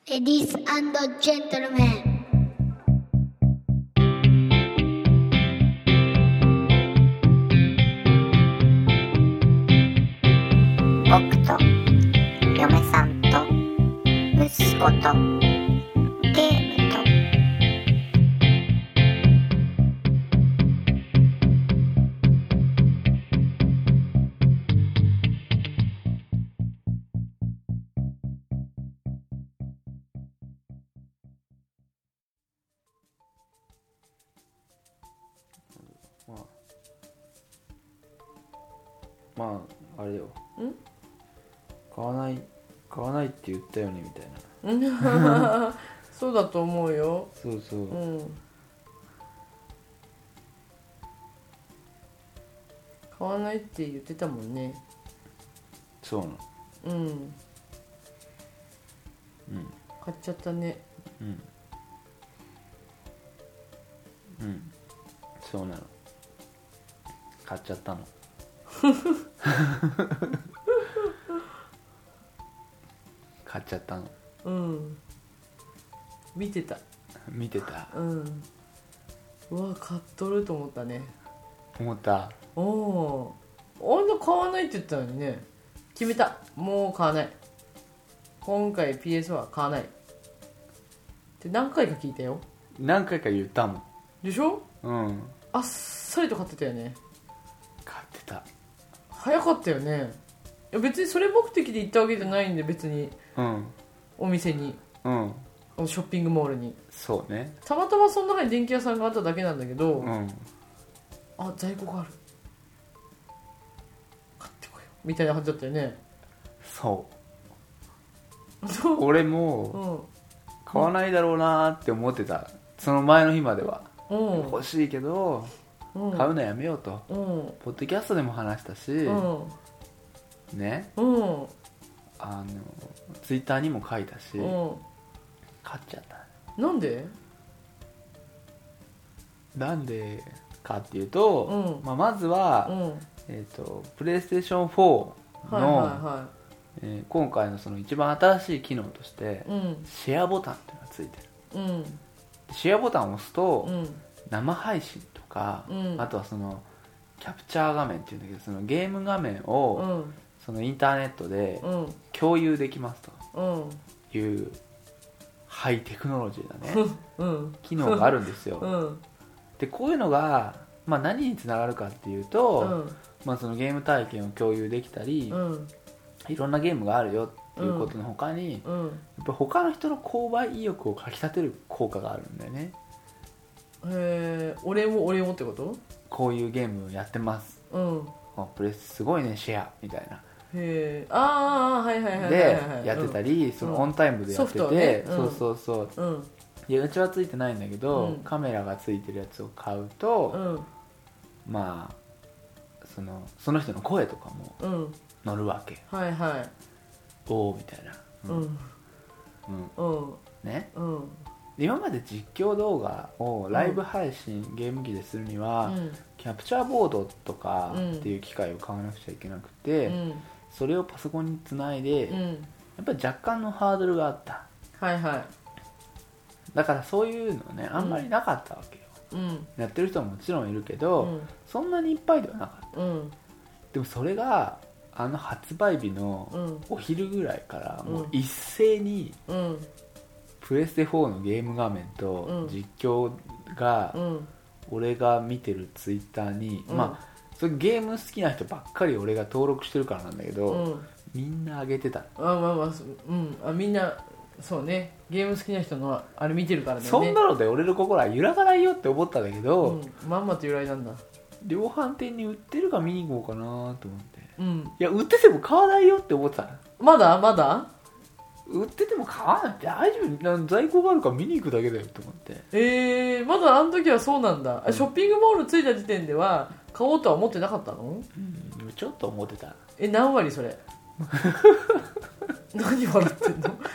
Ladies and gentlemen. 僕と嫁さんと息子とゲームとまああれよ。買わないって言ったよねみたいな。 そうだと思うよ。 そうそう、 買わないって言ってたもんね。 そうなの。 買っちゃったね。 そうなの。買っちゃったの。買っちゃったの。 見てた。うわ買っとると思ったね。 思った。 あんな買わないって言ったのにね。決めた。もう買わない。今回 PS は買わないって何回か聞いたよ。 何回か言ったもん。 でしょ。 あっさりと買ってたよね。 買ってた。 早かったよね。いや別にそれ目的で行ったわけじゃないんで、別にお店に、ショッピングモールに。 そうね。 たまたまその中に電気屋さんがあっただけなんだけど、在庫がある、買ってこようみたいな感じだったよね。 そう俺も買わないだろうなって思ってた。その前の日までは欲しいけど買うのやめようと、ポッドキャストでも話したし、ね、ツイッターにも書いたし、買っちゃった。 なんでかっていうと、まずは、プレイステーション4の、今回のその一番新しい機能として、シェアボタンっていうのがついてる。シェアボタンを押すと、生配信とか、あとはそのキャプチャー画面っていうんだけど、そのゲーム画面を、そのインターネットで共有できますというハイテクノロジーなね、機能があるんですよ。でこういうのが、何につながるかっていうと、そのゲーム体験を共有できたり、いろんなゲームがあるよっていうことの他に、やっぱ他の人の購買意欲をかき立てる効果があるんだよね。 俺もってこと？ こういうゲームやってます、プレスすごいねシェアみたいな。でやってたり、そのオンタイムでやってて、そういやうちはついてないんだけど、カメラがついてるやつを買うと、その人の声とかも乗るわけ。おーみたいな。ね。今まで実況動画をライブ配信、ゲーム機でするには、キャプチャーボードとかっていう機械を買わなくちゃいけなくて、それをパソコンにつないで、やっぱり若干のハードルがあった。だからそういうのね、あんまりなかったわけよ。やってる人ももちろんいるけど、そんなにいっぱいではなかった。でもそれが発売日のお昼ぐらいからもう一斉にプレステ4のゲーム画面と実況が、俺が見てるツイッターに、それゲーム好きな人ばっかり俺が登録してるからなんだけど、みんな上げてた。 みんなそうね、ゲーム好きな人のあれ見てるからだよね。 そんなので俺の心は揺らがないよって思ったんだけど、 まんまと揺らいだんだ。 量販店に売ってるか見に行こうかなと思って、いや売ってても買わないよって思ってた。 まだ売ってても買わないって大丈夫、在庫があるから見に行くだけだよと思って。 まだあの時はそうなんだ。ショッピングモール着いた時点では買おうとは思ってなかったの？ ちょっと思ってた。 何割それ？何笑ってんの？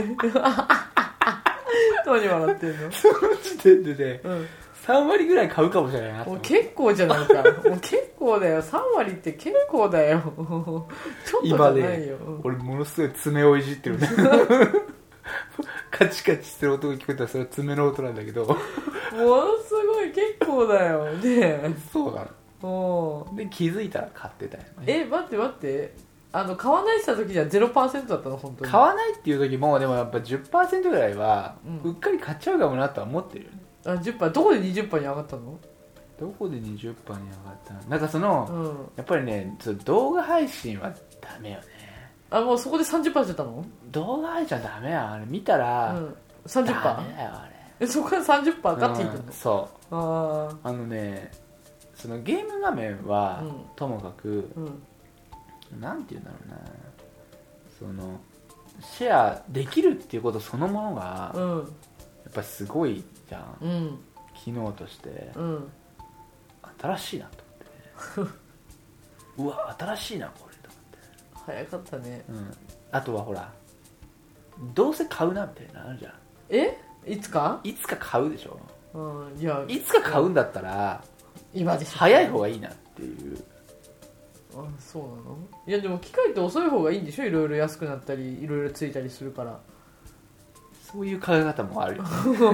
何笑ってんの？ その時点でね、3割ぐらい買うかもしれないな。 もう結構じゃないか。もう結構だよ。3割って結構だよ。ちょっとじゃないよ。 今ね、俺ものすごい爪をいじってるね。 カチカチする音が聞こえたらそれは爪の音なんだけどものすごい結構だよね。 そうなの。 おで気づいたら買ってたよね。 待って買わないした時じゃ 0% だったの本当に。 買わないっていう時もでもやっぱ 10% ぐらいはうっかり買っちゃうかもなとは思ってるよね。 10%どこで 20% に上がったの？ どこで 20% に上がったの？なんかその、やっぱりね動画配信はダメよね。 もうそこで 30% しちゃったの？ 動画配信はダメや。あれ見たら、 30%？ ダメだよあれ。 そこから 30% かって言ってんの？ そうね、そのゲーム画面は、ともかく、なんていうんだろうな、そのシェアできるっていうことそのものが、やっぱりすごいじゃん、機能として、新しいなと思って、うわ新しいなこれと思って。 早かったね。 あとはほらどうせ買うなみたいなのあるじゃん。 いつか買うでしょ。 いやいつか買うんだったら今でしょ。 早い方がいいなっていう。 そうなの？いやでも機械って遅い方がいいんでしょ。いろいろ安くなったりいろいろついたりするから。 そういう考え方もあるよね。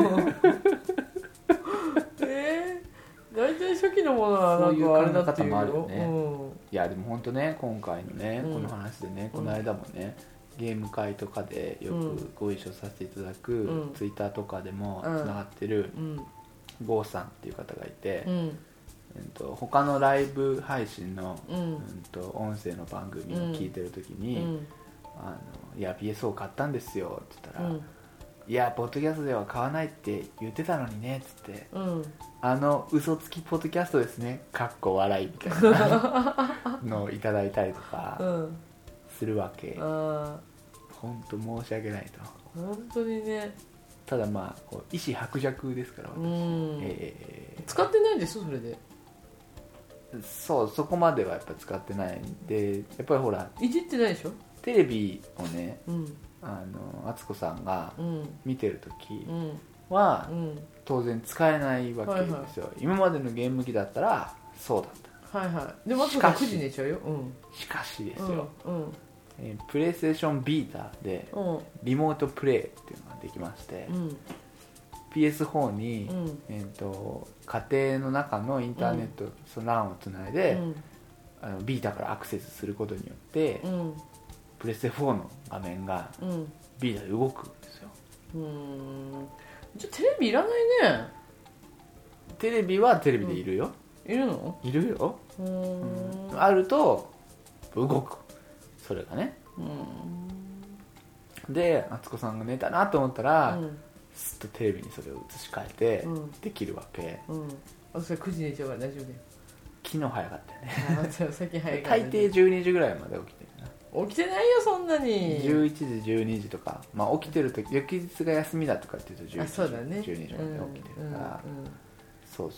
大体初期のものはなんかあれだっていうよ。 そういう考え方もあるよね。いやでも本当ね今回のね、この話でね、この間もね、ゲーム会とかでよくご一緒させていただく、ツイッターとかでもつながってる、ゴーさんっていう方がいて、他のライブ配信の、音声の番組を聞いてるときに、いや PS4 買ったんですよって言ったら、いやポッドキャストでは買わないって言ってたのにねっつって、嘘つきポッドキャストですねかっこ笑いみたいなのをいただいたりとかするわけ。本当申し訳ないと。 本当にね。 ただまあこう意志薄弱ですから私、 使ってないんですよそれで。 そこまではやっぱ使ってないんで、やっぱりほらいじってないでしょ。 テレビをね、敦子さんが見てるときは、当然使えないわけですよ、今までのゲーム機だったらそうだった。 でも敦子さん9時寝ちゃうよ。 しかしですよ、プレイステーションビータでリモートプレイっていうのができまして、PS4 に、家庭の中のインターネット、その LAN をつないで、ビータからアクセスすることによって、プレステ4の画面がビータで動くんですよ。 じゃあテレビいらないね。 テレビはテレビでいるよ、 いるの？ いるよ、あると動く、それがね。で敦子さんが寝たなと思ったら、すっとテレビにそれを移し替えてできるわけ。 それ9時寝ちゃうから大丈夫だよ。 昨日早かったよね。 最近早いから、 大抵12時ぐらいまで起きてるな。 起きてないよそんなに。 11時12時とか、起きてると翌日が休みだとかって言うと11時、 そうだね、 12時まで起きてるから、そう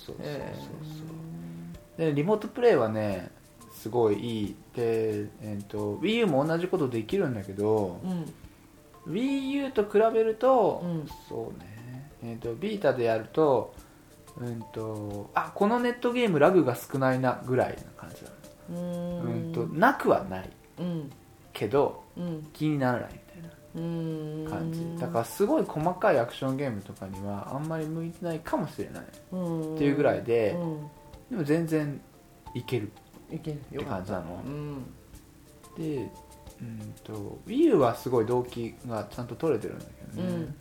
でリモートプレイはねすごいいいで、Wii U も同じことできるんだけど、Wii U と比べると、そうね、ビータでやると、このネットゲームラグが少ないなぐらいな感じだ。なくはない、けど、気にならないみたいな感じだから、すごい細かいアクションゲームとかにはあんまり向いてないかもしれないっていうぐらいで、でも全然いけるって感じなの。でWii U はすごい動機がちゃんと取れてるんだけどね、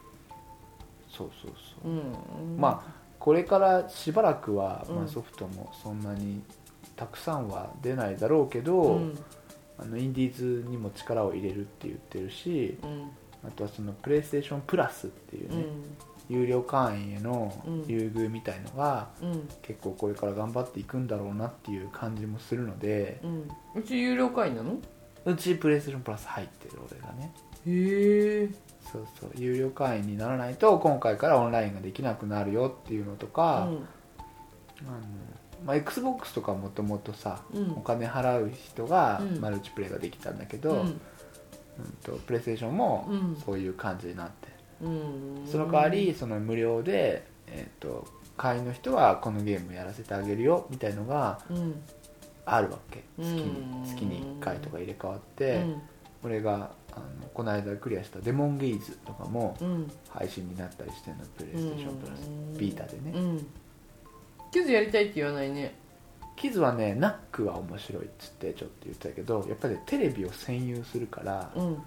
これからしばらくは、ソフトもそんなにたくさんは出ないだろうけど、インディーズにも力を入れるって言ってるし、あとはそのプレイステーションプラスっていうね、有料会員への優遇みたいのが、結構これから頑張っていくんだろうなっていう感じもするので、 うち有料会員なの？ うちプレイステーションプラス入ってる俺がね。 へえ。 有料会員にならないと今回からオンラインができなくなるよっていうのとか、Xbox とかもともとさ、お金払う人がマルチプレイができたんだけど、プレイステーションもそういう感じになって、その代わりその無料で、会員の人はこのゲームやらせてあげるよみたいのがあるわけ、月に1回とか入れ替わって、 俺がこの間クリアしたデモンゲイズとかも配信になったりしてるの、プレイステーションプラスビータでね。 キズやりたいって言わないね。 キズはねナックは面白いっつってちょっと言ったけど、やっぱりテレビを占有するから、ちょ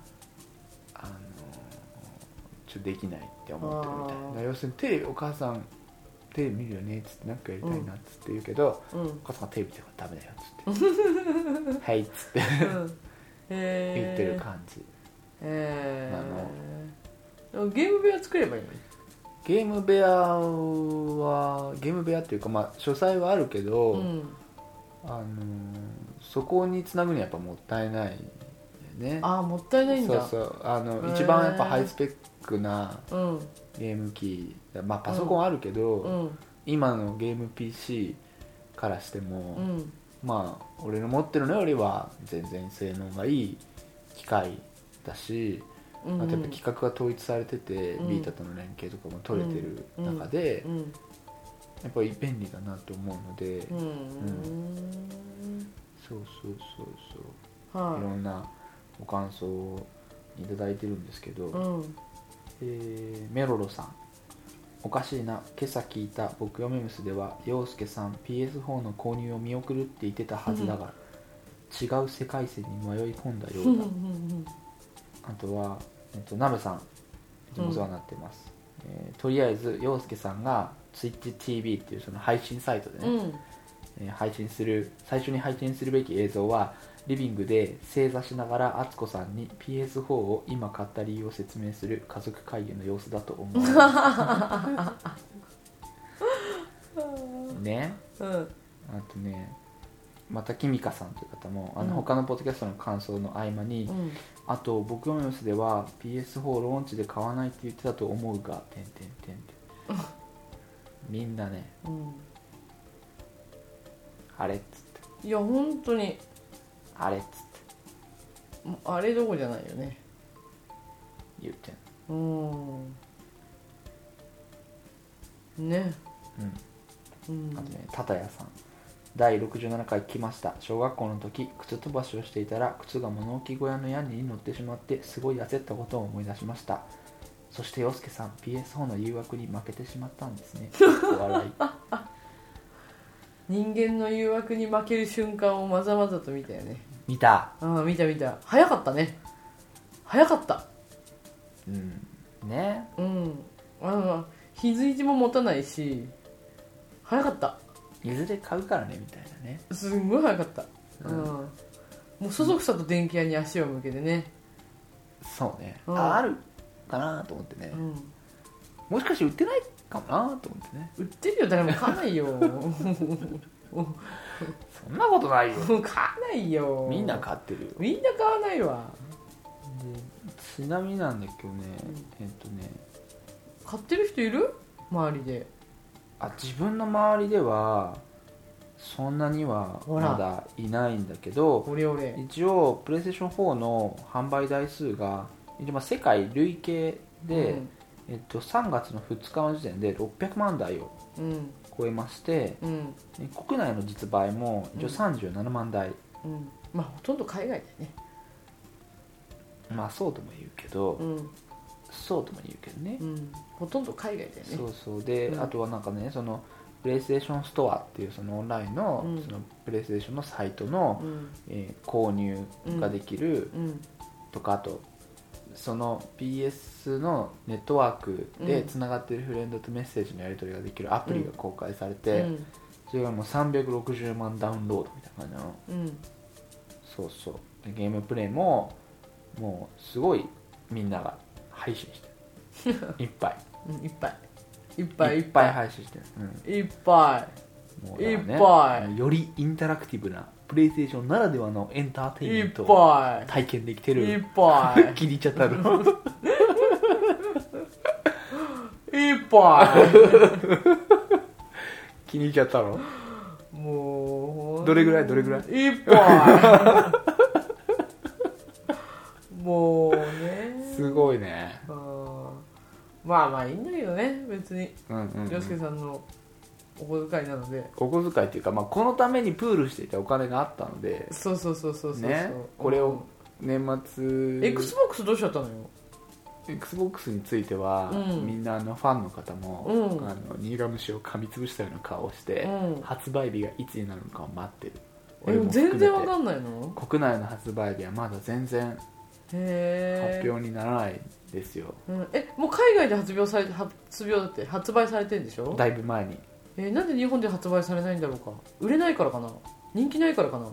っとできないって思ってるみたいな。要するにテレビ、お母さんテレビ見るよねっつってなんかやりたいなっつって言うけど、お母さんがテレビ見てダメだよっつってはいっつって言ってる感じ。 ゲーム部屋作ればいいのに。 ゲーム部屋っていうか、まあ書斎はあるけど、そこにつなぐにはやっぱもったいないよね。 もったいないんだ。 そう一番やっぱハイスペックなゲーム機、まあパソコンあるけど、今のゲーム PC からしても、まあ俺の持ってるのよりは全然性能がいい機械だし、あとやっぱ規格が統一されてて、ビータとの連携とかも取れてる中で、やっぱり便利だなと思うので、そういろんなご感想をいただいてるんですけど、メロロさん、おかしいな、今朝聞いた僕よめむすでは陽介さん PS4 の購入を見送るって言ってたはずだが、違う世界線に迷い込んだようだあとは、ナベさん、いつもお世話になってます、とりあえず陽介さんが TwitchTV っていうその配信サイトでね、最初に配信するべき映像はリビングで正座しながら敦子さんに PS4 を今買った理由を説明する家族会議の様子だと思うね、あとね、またキミカさんという方も他のポッドキャストの感想の合間に、あと僕のニュースでは PS4 ローンチで買わないって言ってたと思うがってみんなね、あれっつって、 いや本当にあれっつってあれどこじゃないよね、 言ってんね。 あとね、タタヤさん、第67回来ました。小学校の時靴飛ばしをしていたら靴が物置小屋の屋根に乗ってしまってすごい焦ったことを思い出しました。そして陽介さん PS4 の誘惑に負けてしまったんですね。お笑い人間の誘惑に負ける瞬間をまざまざと見たよね。 見た。 見た早かったね。早かったね。 日付いても持たないし早かった。 いずれ買うからねみたいなね。 すんごい早かった、もうそそくさと電気屋に足を向けてね。 そうね、あるかなと思ってね、もしかして売ってないかもなと思ってね。 売ってるよ、誰も買わないよそんなことないよ買わないよ、 みんな買ってるよ。 みんな買わないわ。 でちなみになんだけどね、 買ってる人いる？周りで。 自分の周りではそんなにはまだいないんだけど、一応プレイステーション4の販売台数が世界累計で、3月の2日の時点で600万台を超えまして、国内の実売も一応37万台、 まあほとんど海外だよね。 まあそうとも言うけど、ね、 ほとんど海外だよね。 そうで、あとはなんかね、そのプレイステーションストアっていうそのオンラインの、そのプレイステーションのサイトの、購入ができるとか、あとその PS のネットワークでつながっているフレンドとメッセージのやり取りができるアプリが公開されて、それがもう360万ダウンロードみたいな感じの、そうでゲームプレイももうすごいみんなが配信してるいっぱい配信してる、 いっぱいもうだからね、よりインタラクティブなプレイステーションならではのエンターテインメントを体験できてる。 いっぱい気に入っちゃったのいっぱい気に入っちゃったの。 もうどれぐらいいっぱいもうね、 すごいね。 まあいいんだけどね、別に凌介さんのお小遣いなので。 お小遣いっていうか、このためにプールしていたお金があったので、 そうね、これを年末 XBOX どうしちゃったのよ。 XBOX については、みんなファンの方も、苦虫を噛みつぶしたような顔をして、発売日がいつになるのかを待ってる。 全然わかんないの？ 国内の発売日はまだ全然発表にならないですよ。 もう海外で発売されてるんでしょ？ だいぶ前に。 なんで日本で発売されないんだろうか。売れないからかな、人気ないからかな。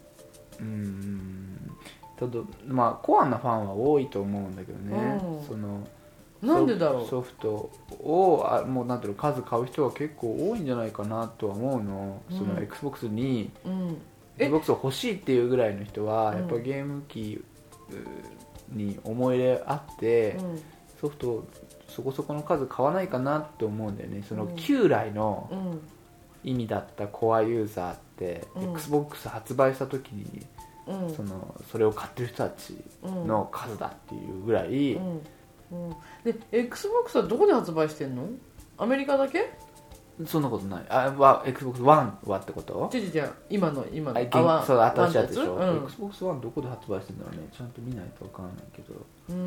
ただまあコアなファンは多いと思うんだけどね、そのなんでだろう。 ソフトをもうなんていうの、数買う人は結構多いんじゃないかなとは思うの、その XBOX に、XBOX を欲しいっていうぐらいの人はやっぱゲーム機に思い入れあって、ソフトをそこそこの数買わないかなと思うんだよね。その旧来の意味だったコアユーザーって、XBOX 発売した時に、それを買ってる人たちの数だっていうぐらい、 で XBOX はどこで発売してんの？アメリカだけ？ そんなことない。XBOX One はってこと？ 今のそう新しいやつでしょ。XBOX One どこで発売してんだろうね。ちゃんと見ないと分からないけど、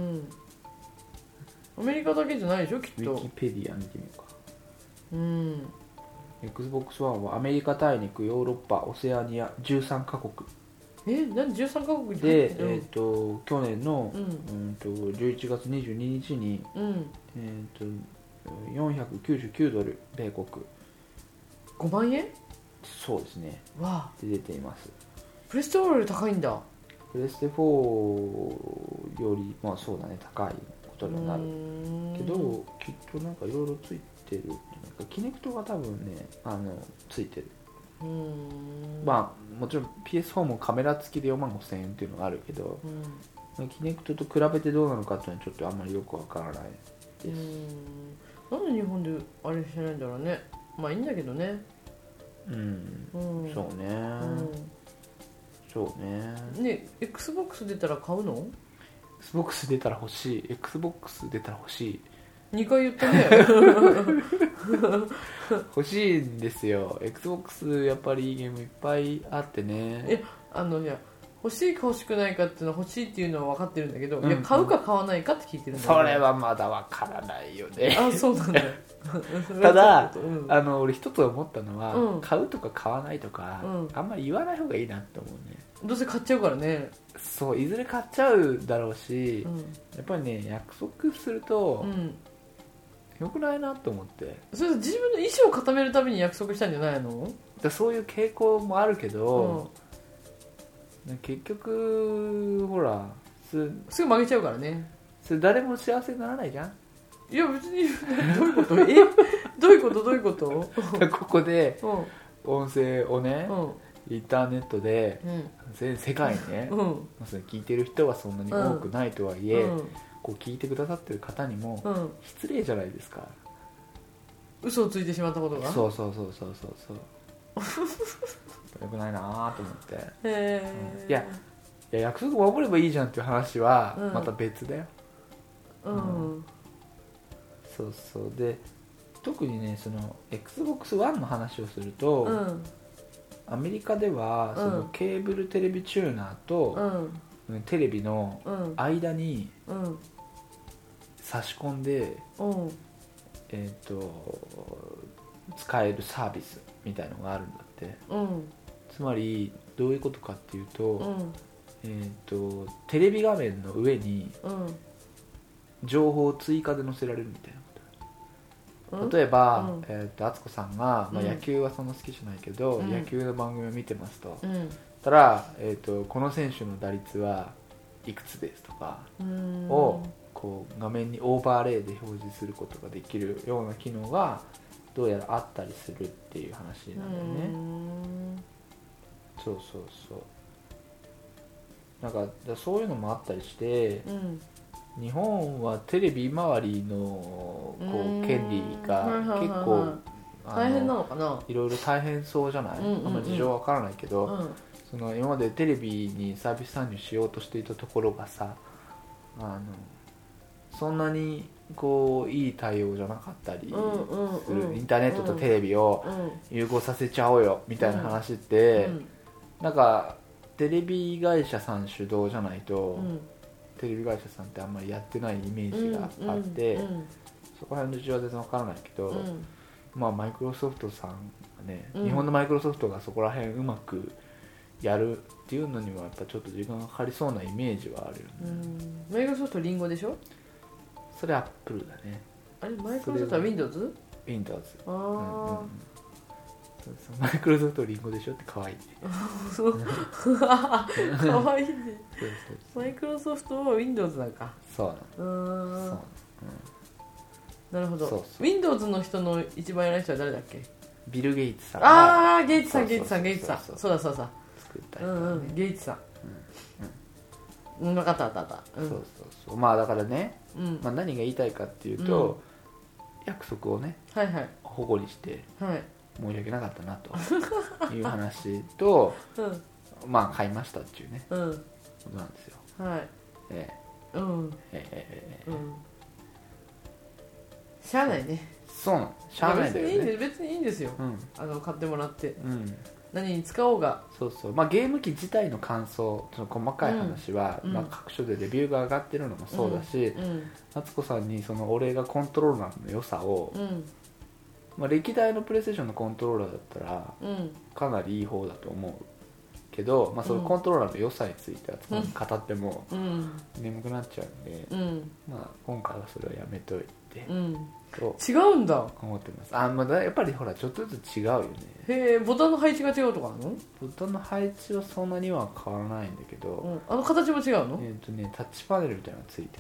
アメリカだけじゃないでしょきっと。 ウィキペディア見てみようか。XBOX One はアメリカ、大陸、ヨーロッパ、オセアニア13カ国何13カ国で、去年の、11月22日に、499ドル米国、 5万円？ そうですね。 わあ、 で出ています。 プレステ4より高いんだ。 プレステ4よりまあそうだね、高いことになるけど、きっとなんかいろいろついてる。なんかキネクトが多分ねついてる。まあもちろん PS4 もカメラ付きで45,000円っていうのがあるけど、キネクトと比べてどうなのかっていうのはちょっとあんまりよくわからないです。 なんで日本であれしてないんだろうね。まあいいんだけどね。 そうね、そうね。 ね、XBOX 出たら買うの？ XBOX 出たら欲しい。XBOX 出たら欲しい。 2回言ったね。 欲しいんですよ。 XBOX やっぱりいいゲームいっぱいあってね。 いや欲しいか欲しくないかっていうのは、欲しいっていうのは分かってるんだけど、いや買うか買わないかって聞いてるんだけど、 それはまだ分からないよね。 そうなんだ。 ただ、俺一つ思ったのは、買うとか買わないとか、あんまり言わない方がいいなって思うね。 どうせ買っちゃうからね。 そう、いずれ買っちゃうだろうし、やっぱりね、約束すると、よくないなと思って。 それ自分の意思を固めるために約束したんじゃないの？ そういう傾向もあるけど、結局ほらすぐ曲げちゃうからね。 それ誰も幸せにならないじゃん。いや別にどういうこと？どういうこと？ ここで音声をね、インターネットで全世界にね、聞いてる人はそんなに多くないとはいえ、こう聞いてくださってる方にも失礼じゃないですか。 嘘をついてしまったことが。 そうよくないなと思って。いや約束守ればいいじゃんっていう話はまた別だよ。そうで、特にね、その Xbox One の話をすると、アメリカではそのケーブルテレビチューナーと、テレビの間に差し込んで、使えるサービスみたいのがあるんだって。つまりどういうことかっていうと、テレビ画面の上に情報を追加で載せられるみたいなこと。例えば、敦子さんが、野球はそんな好きじゃないけど、野球の番組を見てますと、たら、この選手の打率はいくつですとかをこう画面にオーバーレイで表示することができるような機能がどうやらあったりするっていう話なんだよね。そうなんかそういうのもあったりして、日本はテレビ周りのこう権利が結構大変なのかな。 いろいろ大変そうじゃない。あんま事情わからないけど、その今までテレビにサービス参入しようとしていたところがさ、そんなにこういい対応じゃなかったりする。インターネットとテレビを融合させちゃおうよみたいな話って、なんかテレビ会社さん主導じゃないと、テレビ会社さんってあんまりやってないイメージがあって、そこら辺の事情は全然わからないけど、まあマイクロソフトさんがね、日本のマイクロソフトがそこら辺うまくやるっていうのにはやっぱちょっと時間がかかりそうなイメージはあるよね。 マイクロソフトリンゴでしょ。 それアップルだね。 あれマイクロソフトは Windows？ Windows。 ああ、 そうマイクロソフトリンゴでしょって可愛いね。 かわいいね。マイクロソフトは Windows なんか。 そうなの。 なるほど。 そうそう Windows の人の一番偉い人は誰だっけ？ ビル・ゲイツさんあがあ、ゲイツさん。そうだ。 作ったりとかね。 ゲイツさん。分かった。 そうまあだからね、まあ、何が言いたいかっていうと、約束をね、保護にして申し訳なかったなという話と、まあ買いましたっていうね、ことなんですよ。 しゃあないね。 そうなの、しゃあないだよね。 別にいいんですよ、買ってもらって、何に使おうが。 そうまあゲーム機自体の感想、その細かい話は、まあ、各所でレビューが上がってるのもそうだし、夏子さんにその俺がコントローラーの良さを、まあ、歴代のプレイステーションのコントローラーだったら、かなりいい方だと思うけど、まあ、そのコントローラーの良さについては語っても眠くなっちゃうんで、まあ、今回はそれはやめといて、 違うんだ思ってます。まあ、やっぱりほらちょっとずつ違うよね。 へえ、ボタンの配置が違うとかあるの？ ボタンの配置はそんなには変わらないんだけど、 あの形も違うの？ タッチパネルみたいなのがついてる。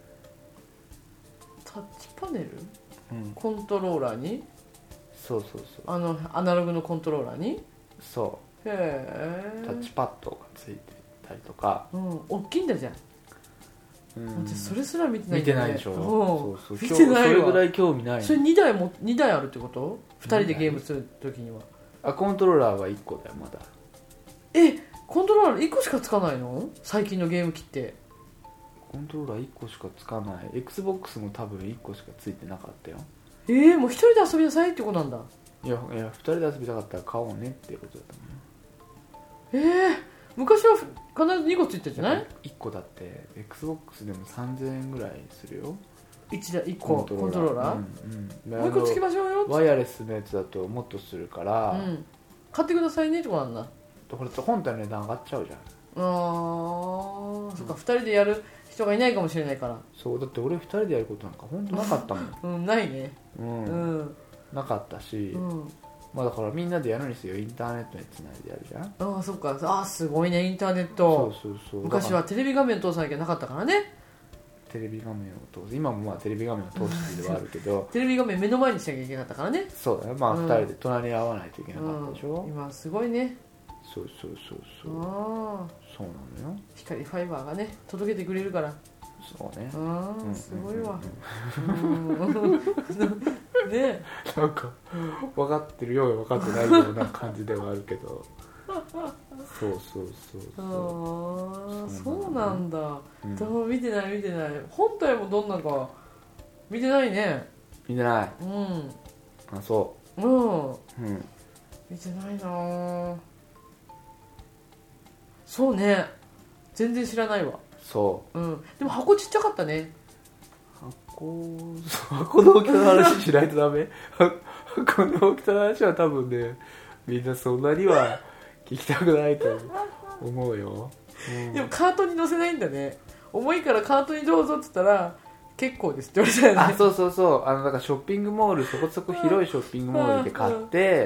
タッチパネル？コントローラーに？ そうアナログのコントローラーに？ そう。 へえ。 タッチパッドがついてたりとか、 大きいんだじゃん。それすら見てないんだね。見てないでしょ。そう見てないわ。 それぐらい興味ない。 それ2台あるってこと？ 2人でゲームするときには。 コントローラーは1個だよまだ。 コントローラー1個しかつかないの？最近のゲーム機って。 コントローラー1個しかつかない。 XBOX も多分1個しかついてなかったよ。 もう1人で遊びなさいってことなんだ。 いや2人で遊びたかったら買おうねっていうことだったね。昔は必ず2個ついてるじゃない？ 1個だって XBOX でも3000円ぐらいするよ。 1個コントローラー、もう1個つけましょうよ。 ワイヤレスのやつだともっとするから、 買ってくださいねってことなんだ。 これ本体の値段上がっちゃうじゃん。 そっか、2人でやる人がいないかもしれないから。 そうだって俺2人でやることなんか本当なかったもん。 ないね。 なかったし、まあだからみんなでやるにせよインターネットにつないでやるじゃん。 そっか。すごいね、インターネット。 そう昔はテレビ画面通さなきゃなかったからね。 テレビ画面を通す、今もまあテレビ画面を通してではあるけどテレビ画面目の前にしなきゃいけなかったからね。 そうだよ、まあ2人で隣に合わないといけなかったでしょ。 今すごいね。 そうそうなのよ。 光ファイバーがね届けてくれるから。 そうね。 すごいわ。ね、 なんか分かってるよう分かってないような感じではあるけどそうそうなんだ。見てない。本体もどんなか見てないね。 見てない。そう見てないな。そうね、全然知らないわ。でも箱ちっちゃかったね。 箱の大きさの話しないとダメ。箱の大きさの話は多分ねみんなそんなには聞きたくないと思うよ。 でもカートに載せないんだね。重いからカートにどうぞって言ったら結構ですって言われたよね。 そうだからショッピングモール、そこそこ広いショッピングモールで買って、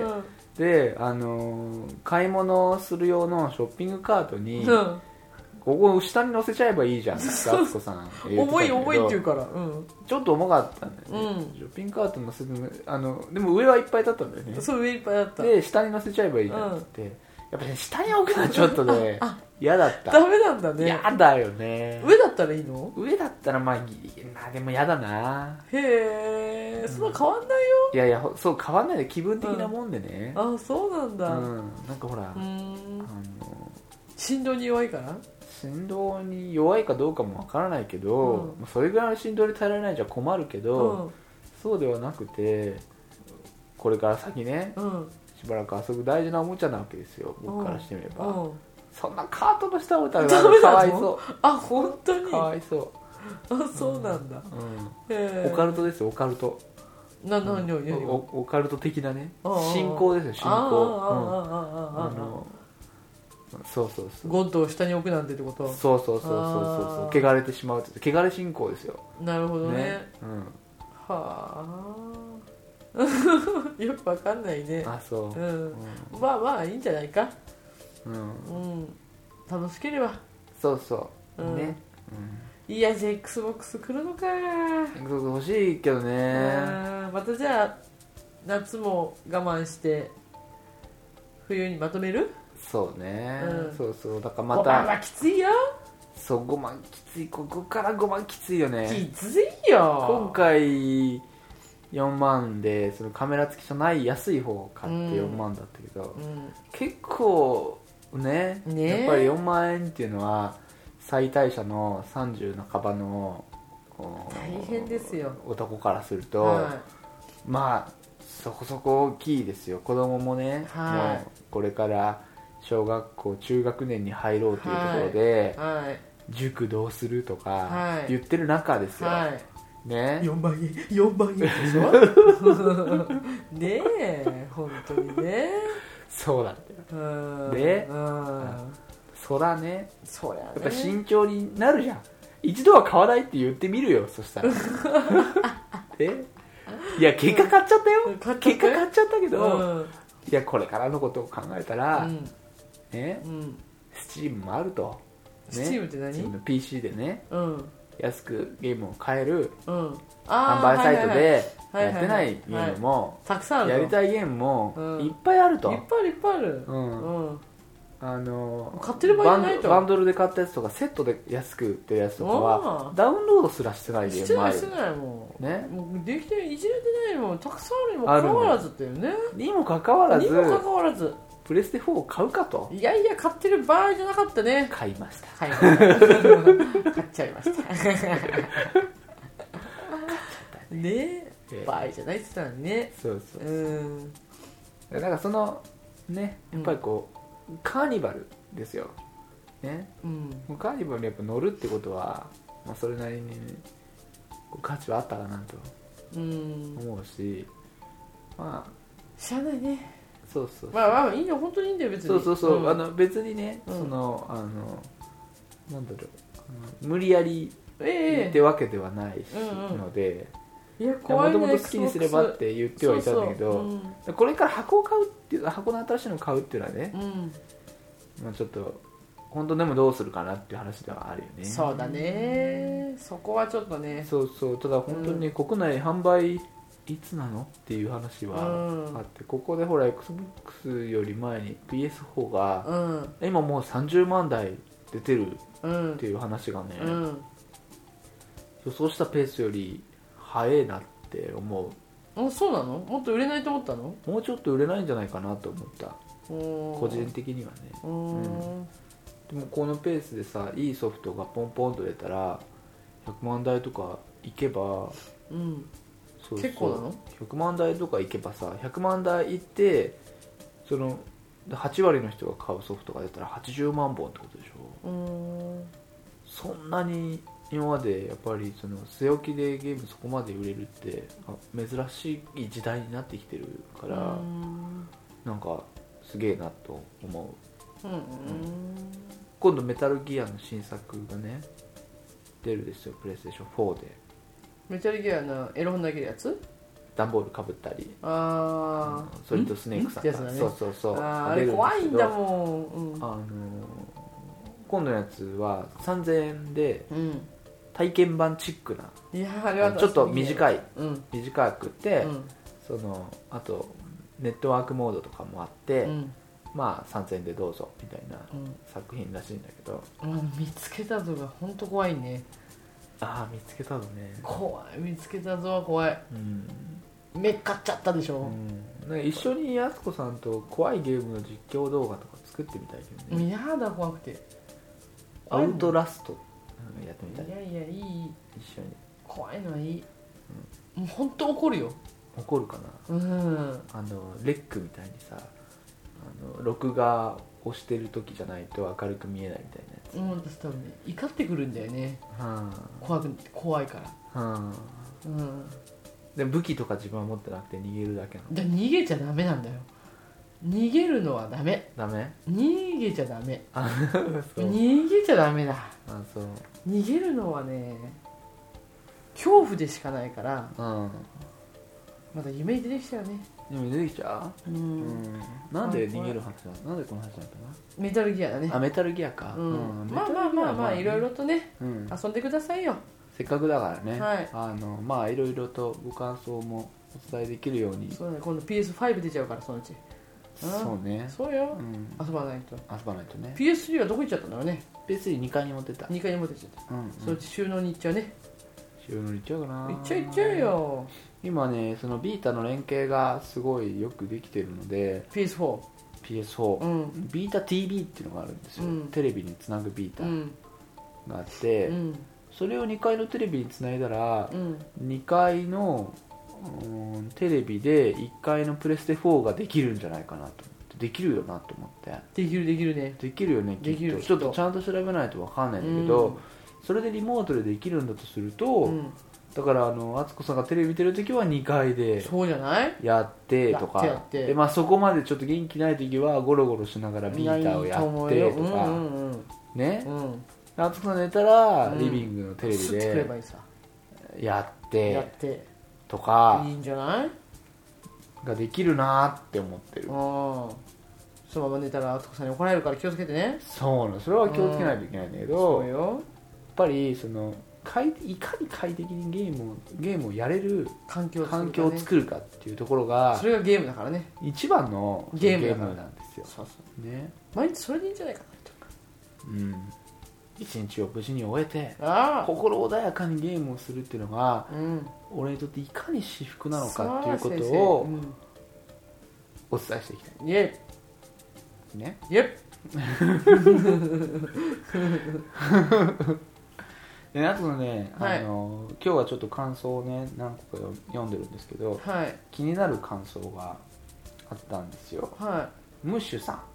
で買い物する用のショッピングカートに、ここ下に乗せちゃえばいいじゃんってあつこさん重いって言うから、 ちょっと重かったんだよね。ショッピングカートに乗せてでも上はいっぱいだったんだよね。 そう、上いっぱいだった。 で下に乗せちゃえばいいじゃんって、やっぱり、下に置くのはちょっとね嫌だった。 ダメなんだね。 嫌だよね。 上だったらいいの？ 上だったらまあでも嫌だな。 へえ、そんな変わんないよ。 いやそう変わんないで、気分的なもんでね。 そうなんだ。 なんかほら振動に弱いから？ 振動に弱いかどうかもわからないけど、それぐらいの振動に耐えられないじゃ困るけど、そうではなくてこれから先ね、しばらく遊ぶ大事なおもちゃなわけですよ、僕からしてみれば。 そんなカートの下置いたらダメなのかわいそう。 あ、本当に。 かわいそう。 あ、そうなんだ。 オカルトですよ、オカルト。 何オカルト的なね、信仰ですよ、信仰。そうそうそう。 ゴッドを下に置くなんてってこと。 そうそうそうそうそう。汚れてしまうって、汚れ信仰ですよ。 なるほどね。はあ。よくわかんないね。 あ、そう。 まあまあいいんじゃないか。楽しければ。 そうそうね。 いや、じゃあ XBOX 来るのか。 XBOX 欲しいけどね。 またじゃあ夏も我慢して冬にまとめる。 そうね、そうそう。だからまた 5万はきついよ。 そう、5万きつい。ここから5万きついよね。 きついよ。 今回4万でそのカメラ付きじゃない安い方を買って4万だったけど、結構ね、やっぱり4万円っていうのは最大者の30半ばの大変ですよ、 男からすると、まあそこそこ大きいですよ。子供もね、もうこれから小学校中学年に入ろうというところで、塾どうするとか言ってる中ですよ、ね、 4万円4万円でしょねえ、本当にね。 そうなんだよ。で、そらね、やっぱ慎重になるじゃん。一度は買わないって言ってみるよ、そしたら。いや、結果買っちゃったよ。結果買っちゃったけど、いや、これからのことを考えたら、ね、スチームもあると。 スチームって何？ 自分の PC でね、安くゲームを買える販売サイトでやってないゲームもたくさんある。 やりたいゲームもいっぱいあると。 いっぱいいっぱいある。買ってる場合じゃないと。 バンドルで買ったやつとかセットで安く売ってるやつとかはダウンロードすらしてないゲームもある。 してないもんね。もうできていじれてないもんたくさんあるにもかかわらずっていうね。にもかかわらずプレステ4を買うかと。 いやいや、買ってる場合じゃなかったね。 買いました。 買っちゃいましたね。場合じゃないって言ったらね。 そうそう。だからそのね、やっぱりこう、カーニバルですよね。カーニバルにやっぱ乗るってことは、まあ、それなりに、ね、価値はあったかなと思うし、まあしゃあないね。 そうそう。 まあいいよ、本当にいいんだよ別に。 そう別にね、そのなんだろう、無理やりってわけではないので、もともと好きにすればって言ってはいたんだけど、これから箱を買うっていう、箱の新しいのを買うっていうのはね、まあちょっと本当でもどうするかなっていう話ではあるよね。 そうだね、そこはちょっとね。 そうそう。ただ本当に国内販売いつなのっていう話はあって、ここでほら XBOX より前に PS4 が、今もう30万台出てるっていう話がね、予想したペースより早いなって思う。そうなの？もっと売れないと思ったの？ もうちょっと売れないんじゃないかなと思った、個人的にはね。でもこのペースでさ、いいソフトがポンポンと出たら100万台とかいけば、そう結構なの ？100万台とかいけばさ、100万台いってその8割の人が買うソフトが出たら80万本ってことでしょ。そんなに今までやっぱりその据え置きでゲームそこまで売れるって珍しい時代になってきてるから、なんかすげえなと思う。今度メタルギアの新作がね出るですよ、プレイステーション4で。 メタルギアのエロ本投げるやつ？ 段ボールかぶったり、ソリッドスネークさんが、そうあれ怖いんだもん。 今度のやつは3000円で体験版チックな、 いやあれはちょっと短くて、そのあとネットワークモードとかもあって、まあ3000円でどうぞみたいな作品らしいんだけど、 見つけたぞが本当怖いね。 見つけたぞね。 怖い、見つけたぞは怖い。めっかっちゃったでしょ。 一緒にやすこさんと怖いゲームの実況動画とか作ってみたいけどね。 やだ、怖くて。 アウトラストやってみたい。 いやいい、 一緒に。 怖いのはいい。もう本当怒るよ。 怒るかな。レックみたいにさ、録画押してる時じゃないと明るく見えないみたいなや私多分ね怒ってくるんだよね、怖いから、 で武器とか自分は持ってなくて逃げるだけなの。 で逃げちゃダメなんだよ。逃げるのはダメ。逃げちゃダメ。逃げちゃダメだ。 そう逃げるのはね恐怖でしかないから、まだ夢に出てきちゃうね。 夢出てきちゃう。なんで逃げる話なの？なんでこの話なのかな。 メタルギアだね。 メタルギアか。 まあいろいろとね、遊んでくださいよ。 せっかくだからね、 はい、 いろいろとご感想もお伝えできるように。 そうね、今度 PS5 出ちゃうからそのうち。 そうね。 そうよ、遊ばないとね。PS3 はどこ行っちゃったんだろうね。 PS3 2階に持ってた。 2階に持ってっちゃった、そのうち収納に行っちゃうね。 収納に行っちゃうかな。 行っちゃうよ。 今ね、そのビータの連携がすごいよくできてるので PS4、 ビータ TV っていうのがあるんですよ、テレビにつなぐビータがあって、それを2階のテレビにつないだら、2階のテレビで1階のプレステ4ができるんじゃないかなと思って。できるよなと思って。 できるね。 できるよね、きっと。ちょっとちゃんと調べないと分かんないんだけど、それでリモートでできるんだとすると、だから敦子さんがテレビ見てるときは2階でそうじゃないやってとかで、そこまでちょっと元気ないときはゴロゴロしながらビーターをやってとかね、敦子さん寝たらリビングのテレビでやってとかいいんじゃないができるなって思ってる。 そのまま寝たら敦子さんに怒られるから気をつけてね。 そうなの、それは気をつけないといけないんだけど、やっぱりそのいかに快適にゲームをやれる環境を作るかっていうところが、 それがゲームだからね。 一番のゲームなんですよ。 そうね、 毎日それでいいんじゃないかなと。 一日を無事に終えて心穏やかにゲームをするっていうのが、俺にとっていかに至福なのかっていうことをお伝えしていきたい。 イエイね。 イエで、あとね、今日はちょっと感想をね何個か読んでるんですけど、気になる感想があったんですよ。ムッシュさん、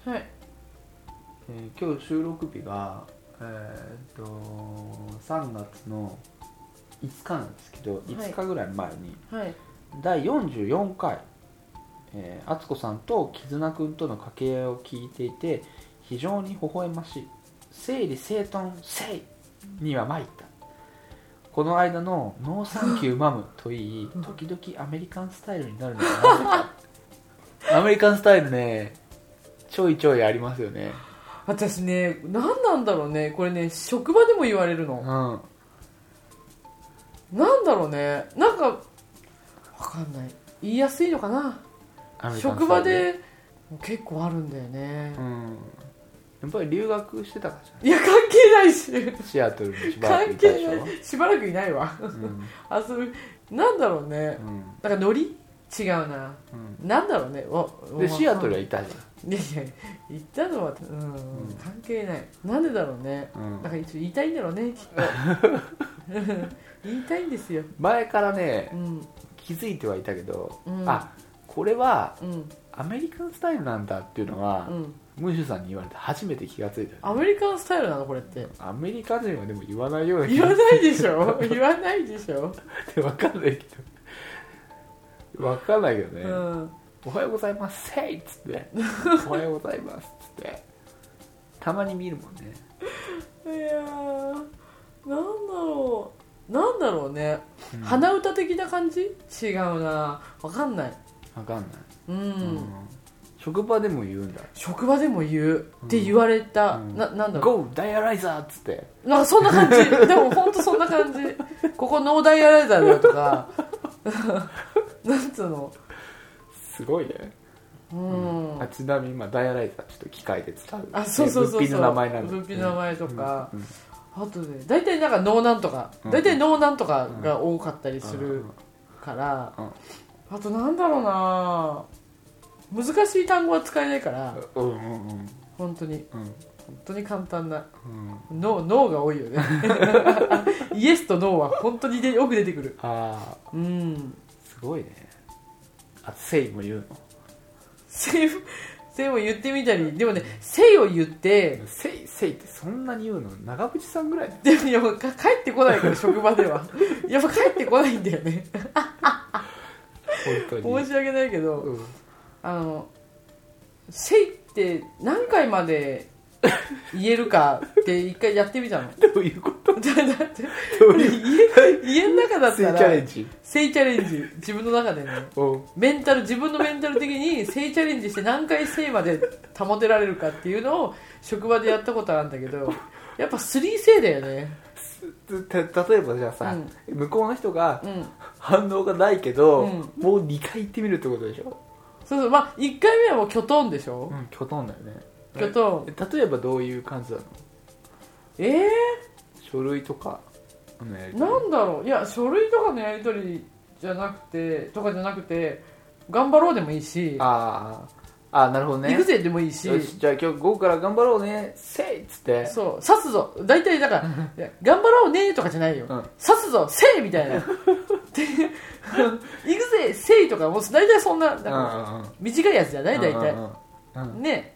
今日収録日が、3月の5日なんですけど、5日ぐらい前に、第44回敦子さんと絆くんとの掛け合いを聞いていて非常に微笑ましい。整理整頓せいには参った。この間のノーサンキューマムといい時々アメリカンスタイルになるのはなぜか。アメリカンスタイルね、ちょいちょいありますよね。 私ね、何なんだろうね、これね、職場でも言われるの、なんだろうね、なんか分かんない、言いやすいのかな。職場で結構あるんだよね、 やっぱり留学してたからじゃん。いや関係ないし、 シアトルにしばらくいたでしょ。 関係ない、しばらくいないわ、遊ぶ、なんだろうね、なんかノリ違うな、なんだろうね。 でシアトルはいたじゃん。 いや言ったのは、関係ない。なんでだろうね、なんか一応言いたいんだろうね、きっと。言いたいんですよ。 前からね、気づいてはいたけど、これはアメリカンスタイルなんだっていうのは、ムッシュさんに言われて初めて気がついた。 アメリカンスタイルなのこれって。アメリカ人はでも言わないような気がする。言わないでしょ。言わないでしょ。 って分かんないけど、分かんないけどね、おはようございますせいっつっておはようございますっつってたまに見るもんね。 いやー、なんだろうね、鼻歌的な感じ。違うな、分かんない。 職場でも言うんだ。 職場でも言うって言われた、なんだろう、 ゴーダイアライザーっつって、 なんかそんな感じ。でも本当そんな感じ。ここノーダイアライザーだよとかなんつうの、 すごいね。ちなみに今ダイアライザーちょっと機械で使うそう物品の名前なんで、物品の名前とか、あとで大体なんかノーなんとか、大体ノーなんとかが多かったりするから、あとなんだろうな、難しい単語は使えないから、本当に簡単な、ノーが多いよね。イエスとノーは本当によく出てくる。 すごいね。セイも言うの？ セせいを言ってみたり、でもねせいを言ってせいってそんなに言うの長渕さんぐらいだよ。 でもやっぱ帰ってこないから職場ではやっぱ帰ってこないんだよね本当に申し訳ないけど、せいって何回まで言えるかって一回やってみたのどういうことだってどういう家の中だったらせいチャレンジせいチャレンジ自分の中でね自分のメンタル的にせいチャレンジして何回せいまで保てられるかっていうのを職場でやったことあるんだけどやっぱ3せいだよね。 例えばじゃあさ、向こうの人が反応がないけど、もう2回言ってみるってことでしょ。 そうまあ1回目はもうキョトンでしょ。 キョトンだよね。 キョトン例えばどういう感じなの？書類とかのやり取りなんだろう。いや書類とかのやり取りじゃなくて頑張ろうでもいいし、 なるほどね。 行くぜでもいいし、 よしじゃあ今日午後から頑張ろうねせいっつって、 そう刺すぞ大体だからいや頑張ろうねとかじゃないよ、刺すぞせいみたいな行くぜせいとかもう大体そんな短いやつじゃない大体ね。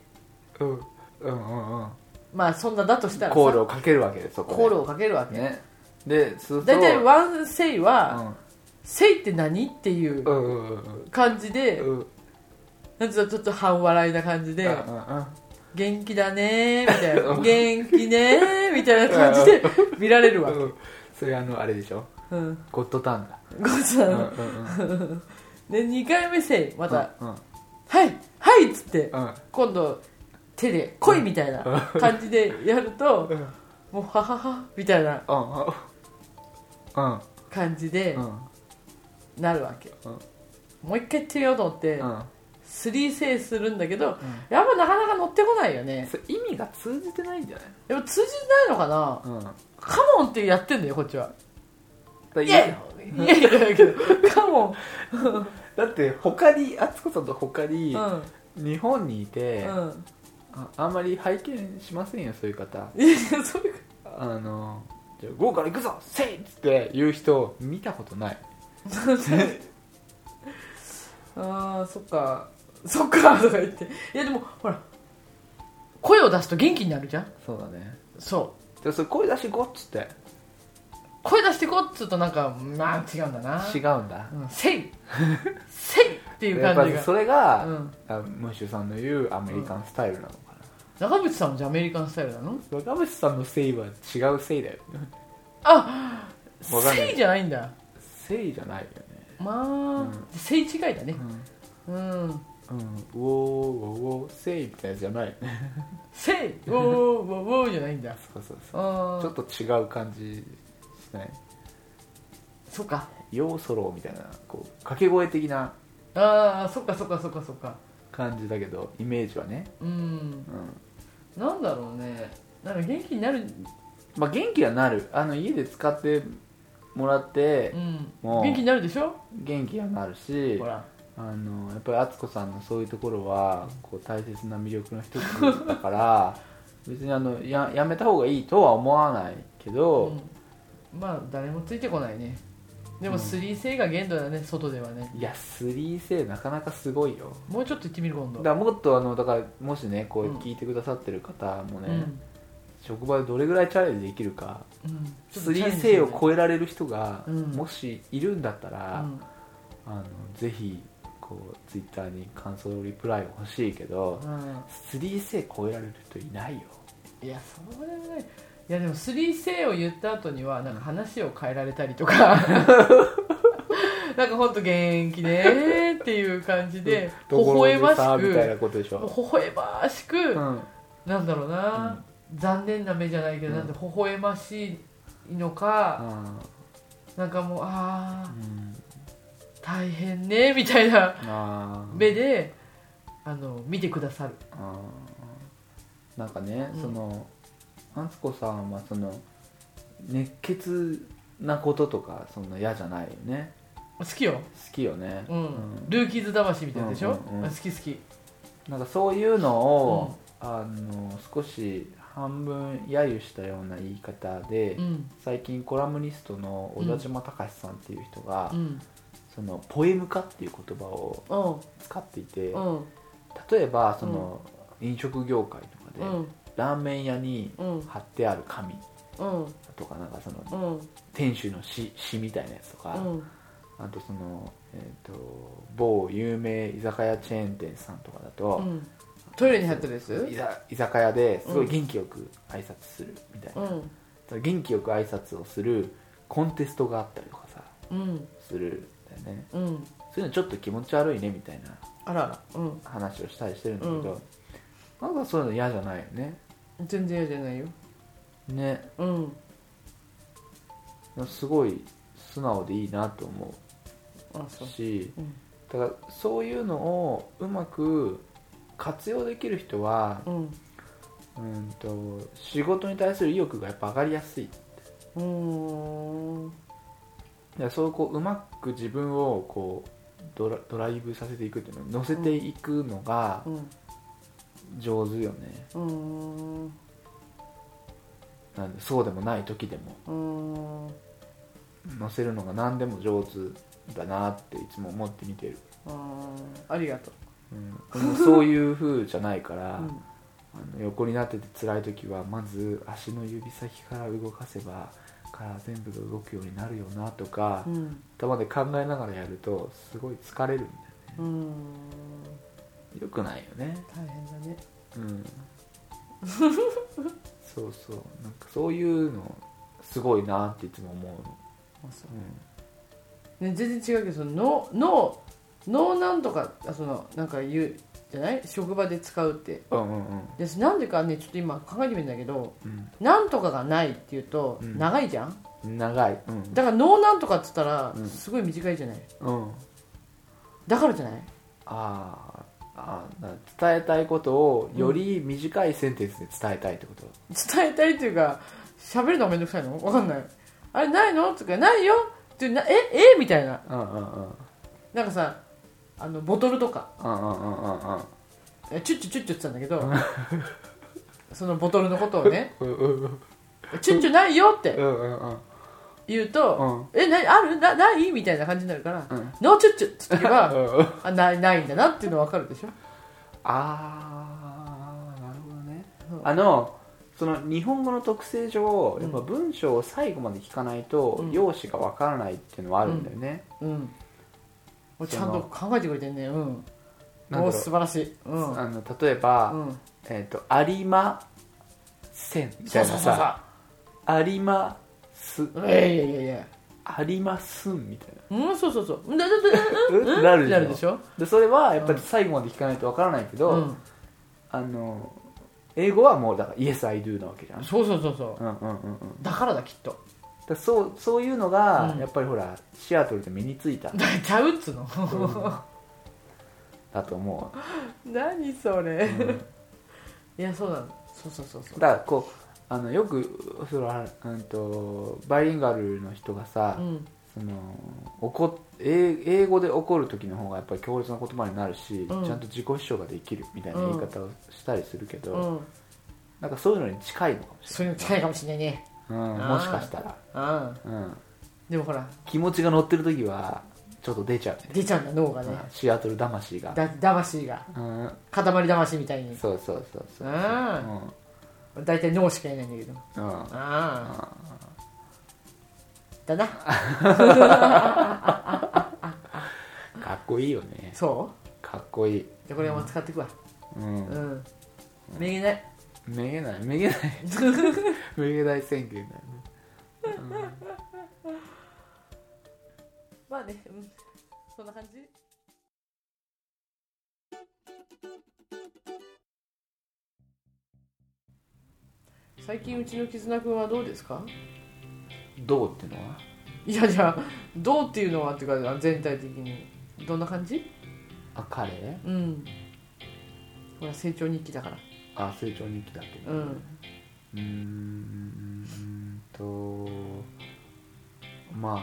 まあそんなだとしたらさコールをかけるわけです。そこでコールをかけるわけね。で大体ワンせいはせいって何っていう感じでなんつうのちょっと半笑いな感じで元気だねみたいな元気ねみたいな感じで見られるわけ。 それあれでしょ、ゴッドタンだ。 ゴッドタンで2回目せいまたはいはいっつって今度手で来いみたいな感じでやるともうはははみたいな感じでなるわけ。もう一回やってみようと思って3せいするんだけど、やっぱなかなか乗ってこないよね。 それ意味が通じてないんじゃない？ でも通じてないのかな、カモンってやってんだよこっちは。いやいやけどカモンだって他に敦子さんと他に日本にいて、あんまり拝見しませんよそういう方。 いやそういうじゃあ午後から行くぞせいっつって言う人見たことないそっかとか言っていやでもほら声を出すと元気になるじゃん。 そうだね。 そうでそれ声出してこっつって声出してこっつうとなんか違うんだな。 違うんだ、 せいせいっていう感じがやっぱそれが、ムッシュさんの言うアメリカンスタイルなのかな。 長渕さんもじゃあアメリカンスタイルなの？ 長渕さんのせいは違うせいだよ。 せいじゃないんだ。 せいじゃないよね。 まあ、せい違いだね。 ウォーせいみたいなじゃないせいウォーじゃないんだ。 そうちょっと違う感じしない？ そっかヨーソローみたいなこう掛け声的なそっか感じだけどイメージはね。 なんだろうね。なんか元気になる。 まあ元気はなる。家で使ってもらって、もう元気になるでしょ。 元気はなるし、 ほらやっぱり敦子さんのそういうところはこう大切な魅力の一つだから別にやめた方がいいとは思わないけど、 まあ誰もついてこないね。でも3せいが限度だね、外ではね。 いや3せいなかなかすごいよ。 もうちょっと言ってみる今度。 だからもっとだからもしねこう聞いてくださってる方もね、職場でどれぐらいチャレンジできるか、3せいを超えられる人がもしいるんだったら、ぜひこうツイッターに感想リプライが欲しいけど、3せい超えられる人いないよ。 いやそれはね。いやでも3せいを言った後にはなんか話を変えられたりとかなんかほんと元気ねっていう感じで微笑ましくみたいなことでしょ。 微笑ましく、なんだろうな、残念な目じゃないけど、なんで微笑ましいのか、なんかもう大変ねみたいな目で見てくださる。 なんかね、敦子さんは熱血なこととかそんな嫌じゃないよね。 好きよ。 好きよね。 ルーキーズ魂みたいでしょ。好き。 なんかそういうのを、少し半分揶揄したような言い方で、最近コラムニストの小田島隆さんっていう人が、ポエム化っていう言葉を使っていて、 例えばその、飲食業界とかで、ラーメン屋に貼ってある紙とか、なんかその、店主の詩みたいなやつとか、あとその、某有名居酒屋チェーン店さんとかだと、 トイレに貼ってるやつ、 居酒屋ですごい元気よく挨拶するみたいな、元気よく挨拶をするコンテストがあったりとかさ、するんだよね、そういうのちょっと気持ち悪いねみたいな話をしたりしてるんだけど、なんかそういうの嫌じゃないよね。 全然嫌じゃないよね。すごい素直でいいなと思うし、だからそういうのをうまく活用できる人は、仕事に対する意欲がやっぱ上がりやすい。そうこううまく自分をこうドライブさせていくっていうのを乗せていくのが上手よね。なんでそうでもない時でも乗せるのが何でも上手だなっていつも思って見てる。 ありがとう。 そういう風じゃないから、横になってて辛い時はまず足の指先から動かせばから全部が動くようになるよなとか、頭で考えながらやるとすごい疲れるんだよね。よくないよね。 大変だね。 そうそう、なんかそういうのすごいなっていつも思うの。 ね、全然違うけど、その脳なんとかそのなんか言うじゃない、職場で使うって、でなんでかね、ちょっと今考えてみるんだけど、なんとかがないっていうと長いじゃん、 長い、 だから脳なんとかって言ったらすごい短いじゃない、だからじゃない。 伝えたいことをより短いセンテンスで伝えたいってこと、 伝えたいっていうか、喋るのがめんどくさいの、わかんない。あれないのとか、ないよってみたいな、なんかさ、ボトルとかチュッチュチュッチュって言ってたんだけどそのボトルのことをねチュッチュないよって言うと、あるないみたいな感じになるから、ノーチュッチュって言えばないんだなっていうの分かるでしょ。 なるほどね。その日本語の特性上、やっぱ文章を最後まで聞かないと用紙が分からないっていうのはあるんだよね。 ちゃんと考えてくれてんね。もう素晴らしい。 例えば、ありませんみたいなさ、ありますありますんみたいな、 そうなるでしょ。 でそれはやっぱり最後まで聞かないとわからないけど、英語はもうだから Yes I do なわけじゃん。 そうだからだ、きっと。 そういうのがやっぱりほら、シアトルで身についたちゃうっつのだと思う。何それ、いや、そうなの。そうだからこうよくバイリンガルの人がさ、その英語で怒る時の方がやっぱり強烈な言葉になるし、ちゃんと自己主張ができるみたいな言い方をしたりするけど、なんかそういうのに近いのかもしれない。 そういうの近いかもしれないね。 もしかしたら、 でもほら、 気持ちが乗ってる時はちょっと出ちゃう、ね、 出ちゃうんだ、脳がね。 シアトル魂が魂が、塊魂みたいに。 そう大体脳しかいないんだけど、だなかっこいいよね。 そうかっこいい。 じゃあこれも使っていくわ。めげないめげないめげない宣言だよね。 まあね、そんな感じ。最近うちの絆くんはどうですか？ どうっていうのは？ いや、じゃあどうっていうのはっていうか、全体的にどんな感じ？ 彼？ ほら、成長日記だから。 成長日記だけど、まあ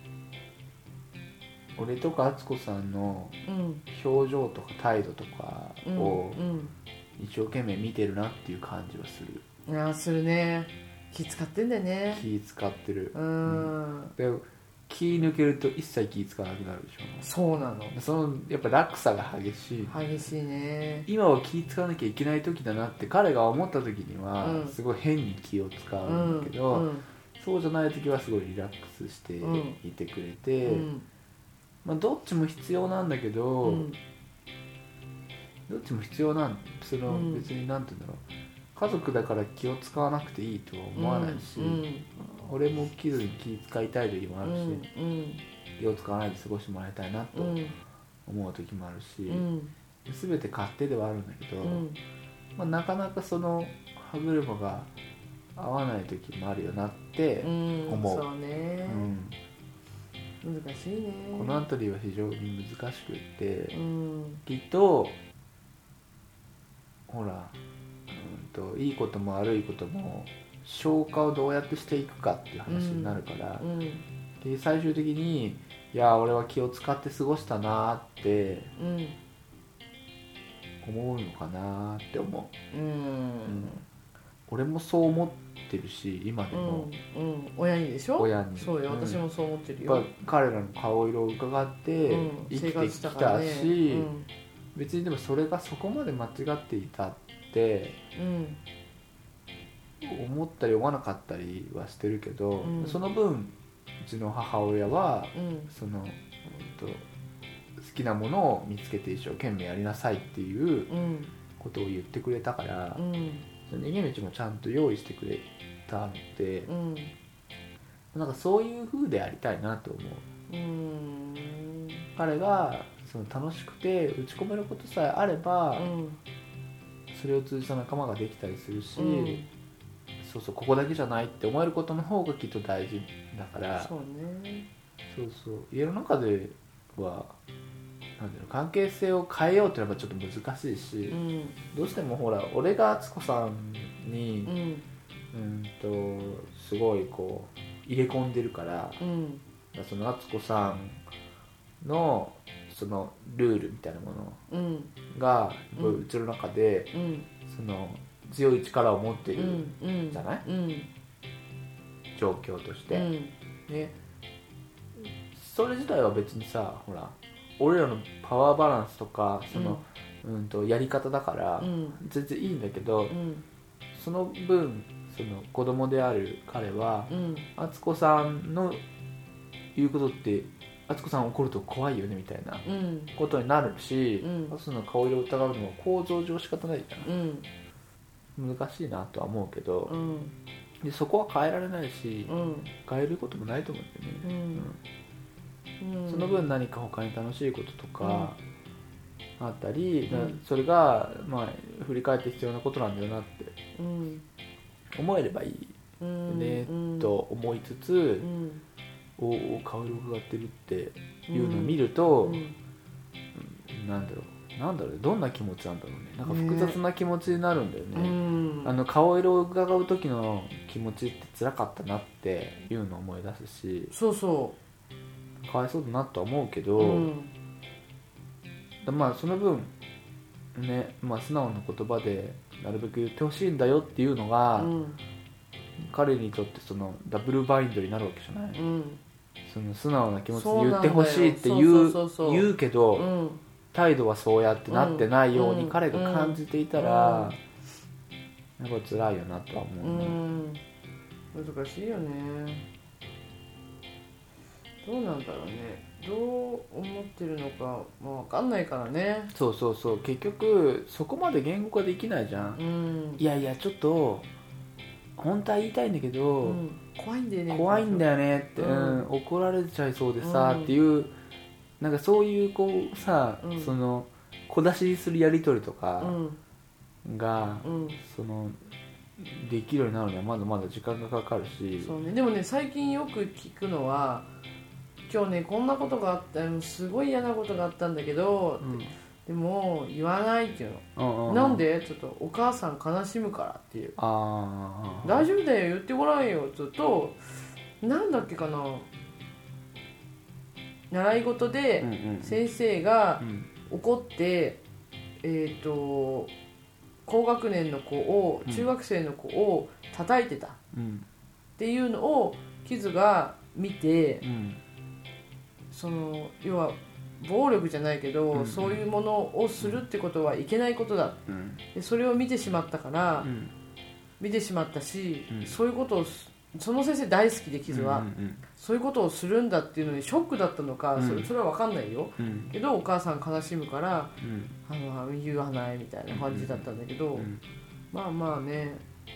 俺とか敦子さんの表情とか態度とかを一生懸命見てるなっていう感じはする。 するね。気使ってんだよね。 気使ってる。で気抜けると一切気使わなくなるでしょ。 そうなの。 そのやっぱ落差が激しい。 激しいね。 今は気使わなきゃいけない時だなって彼が思った時には、 うんすごい変に気を使うんだけど、 うんそうじゃない時はすごいリラックスしていてくれて、 うんまあ、どっちも必要なんだけど、 うんどっちも必要なんその、 うん別になんて言うんだろう、家族だから気を使わなくていいとは思わないし、 うん俺も気づに気使いたい時もあるし、 うん気を使わないで過ごしてもらいたいなとうん思う時もあるし、 うん全て勝手ではあるんだけど、 うんまあ、なかなかその歯車が合わない時もあるよなって思う、 そうね、難しいね。 この辺りは非常に難しくって、きっきとほら、いいことも悪いことも消化をどうやってしていくかっていう話になるから、で最終的にいや俺は気を使って過ごしたなって思うのかなって思う、俺もそう思ってるし今でも、 親にでしょ。 親にそうよ、私もそう思ってるよ。 やっぱ彼らの顔色を伺って生きてきたし、別にでもそれがそこまで間違っていたって思ったり思わなかったりはしてるけど、その分うちの母親は、その好きなものを見つけて一生懸命やりなさいっていうことを言ってくれたから、逃げ道もちゃんと用意してくれたので、なんかそういう風でありたいなと思う。彼がその楽しくて打ち込めることさえあれば、それを通じた仲間ができたりするし、そうそうここだけじゃないって思えることの方がきっと大事だから、 そうね、 そうそう家の中ではなんだろう、関係性を変えようっていうのはちょっと難しいし、どうしてもほら俺が敦子さんに、すごいこう入れ込んでるから、その敦子さんのそのルールみたいなものが、うちの中で、その強い力を持ってるじゃない、状況として、でそれ自体は別にさほら俺らのパワーバランスとかその、やり方だから、全然いいんだけど、その分その子供である彼は、敦子さんの言うことって敦子さん怒ると怖いよねみたいなことになるし、その顔色を疑うのは構造上仕方ないじゃん、難しいなとは思うけど、でそこは変えられないし、変えることもないと思うんだよね、その分何か他に楽しいこととかあったり、それが、まあ、振り返って必要なことなんだよなって思えればいいね、と思いつつ、お顔色伺ってるっていうのを見ると、なんだろうどんな気持ちなんだろうね、なんか複雑な気持ちになるんだよね、顔色を伺う時の気持ちって辛かったなっていうのを思い出すし、 そうそかわいそうだなとは思うけど、まあその分ね、まあ、素直な言葉でなるべく言ってほしいんだよっていうのが、彼にとってそのダブルバインドになるわけじゃない、その素直な気持ちで言ってほしいって言うけど、態度はそうやってなってないように彼が感じていたら、やっぱ辛いよなとは思うね、 難しいよね。どうなんだろうね、どう思ってるのか、分かんないからね。 そう結局そこまで言語化できないじゃん、いやいやちょっと本当は言いたいんだけど、 怖いんだよねって、怒られちゃいそうでさ、っていうなんかそういうこうさ、その小出しするやり取りとかが、そのできるようになるにはまだまだ時間がかかるし、 そうね、でもね最近よく聞くのは、今日ねこんなことがあったすごい嫌なことがあったんだけど、でも言わないっていうの、なんでちょっとお母さん悲しむからっていう、大丈夫だよ言ってごらんよちょっと、なんだっけかな、習い事で先生が怒って、高学年の子を中学生の子を叩いてたっていうのをキズが見て、 その要は暴力じゃないけど、そういうものをするってことはいけないことだ、でそれを見てしまったから、見てしまったし、そういうことをその先生大好きで傷は、そういうことをするんだっていうのにショックだったのか、それは分かんないよ、けどお母さん悲しむから、言わないみたいな感じだったんだけど、まあまあね、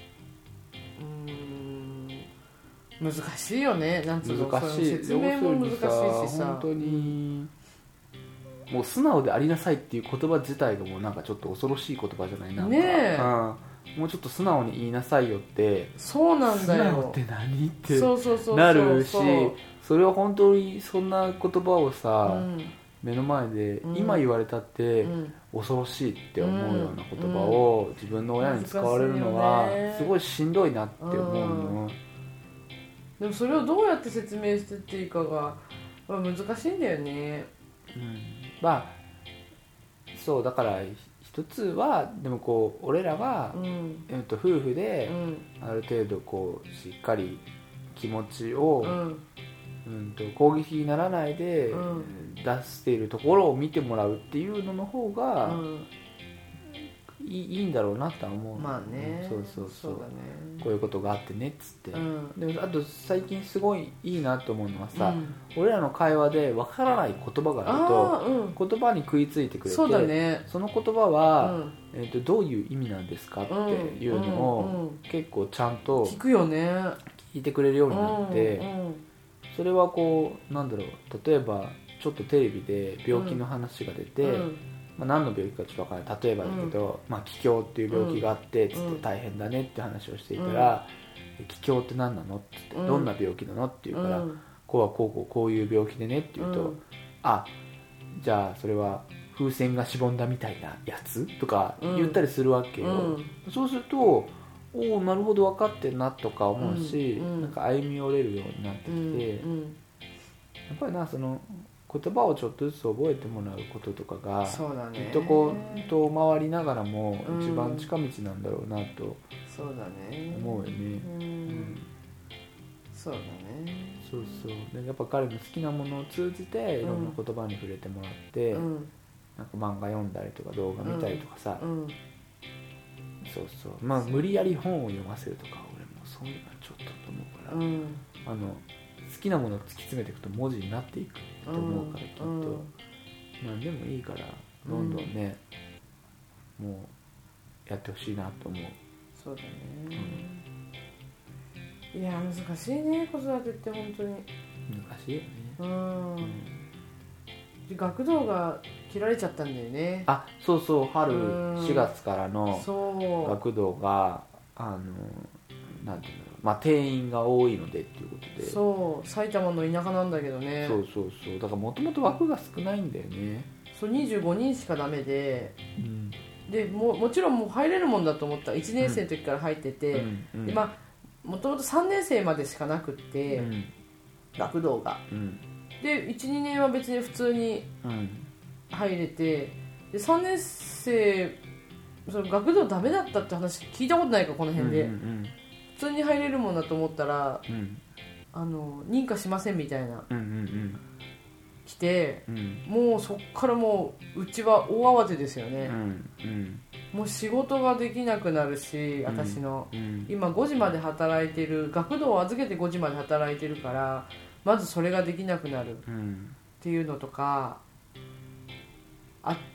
難しいよね、なんつうの、 難しい、 説明も難しいしさ、 本当に、もう素直でありなさいっていう言葉自体がもうなんかちょっと恐ろしい言葉じゃない、なんか、 ねえ、 もうちょっと素直に言いなさいよって、 そうなんだよ、 素直って何ってそうなるし、それは本当にそんな言葉をさ、目の前で今言われたって恐ろしいって思うような言葉を自分の親に使われるのはすごいしんどいなって思うの。 でもそれをどうやって説明してっていいかが難しいんだよね。 まあそうだから一つはでもこう俺らが、夫婦である程度こうしっかり気持ちを、攻撃にならないで出しているところを見てもらうっていうのの方がいいんだろうなとは思う。 まあね、 そうだね、こういうことがあってねっつって、でもあと最近すごいいいなと思うのはさ、俺らの会話でわからない言葉があると、言葉に食いついてくれて、 そうだね、 その言葉は、どういう意味なんですかっていうのを、結構ちゃんと聞くよね、聞いてくれるようになって、それはこうなんだろう、例えばちょっとテレビで病気の話が出て、何の病気かちょっと分からない、例えばだけど、気胸っていう病気があってつって大変だねって話をしていたら、気胸って何なのって言って、どんな病気なのって言うから、こういう病気でねって言うと、じゃあそれは風船がしぼんだみたいなやつとか言ったりするわけよ、そうするとおおなるほど分かってんなとか思うし、なんか歩み寄れるようになってきて、やっぱりなその言葉をちょっとずつ覚えてもらうこととかがずっとこう遠回りながらも一番近道なんだろうなと思うよね。 そうだね。 そうでやっぱ彼の好きなものを通じていろんな言葉に触れてもらって、なんか漫画読んだりとか動画見たりとかさ、無理やり本を読ませるとか俺もそういうのはちょっとと思うから、好きなものを突き詰めていくと文字になっていくと思うから、きっと、でもいいからどんどんね、もうやってほしいなと思う。 そうだね、いや難しいね、子育てって本当に難しいよね。 学童が切られちゃったんだよね。 そう春4月からの学童がなんていうんだろう、定員が多いのでっていうことで、 そう埼玉の田舎なんだけどね、 だからもともと枠が少ないんだよね。 25人しかダメで、でもちろんもう入れるもんだと思った。1年生の時から入ってて、でもともと3年生までしかなくって、学童が、で 1,2 年は別に普通に入れて、で3年生その学童ダメだったって話聞いたことないかこの辺で、普通に入れるもんだと思ったら、認可しませんみたいな、来て、もうそっからもうちは大慌てですよね、もう仕事ができなくなるし、私の、今5時まで働いてる、学童を預けて5時まで働いてるから、まずそれができなくなるっていうのとかあって、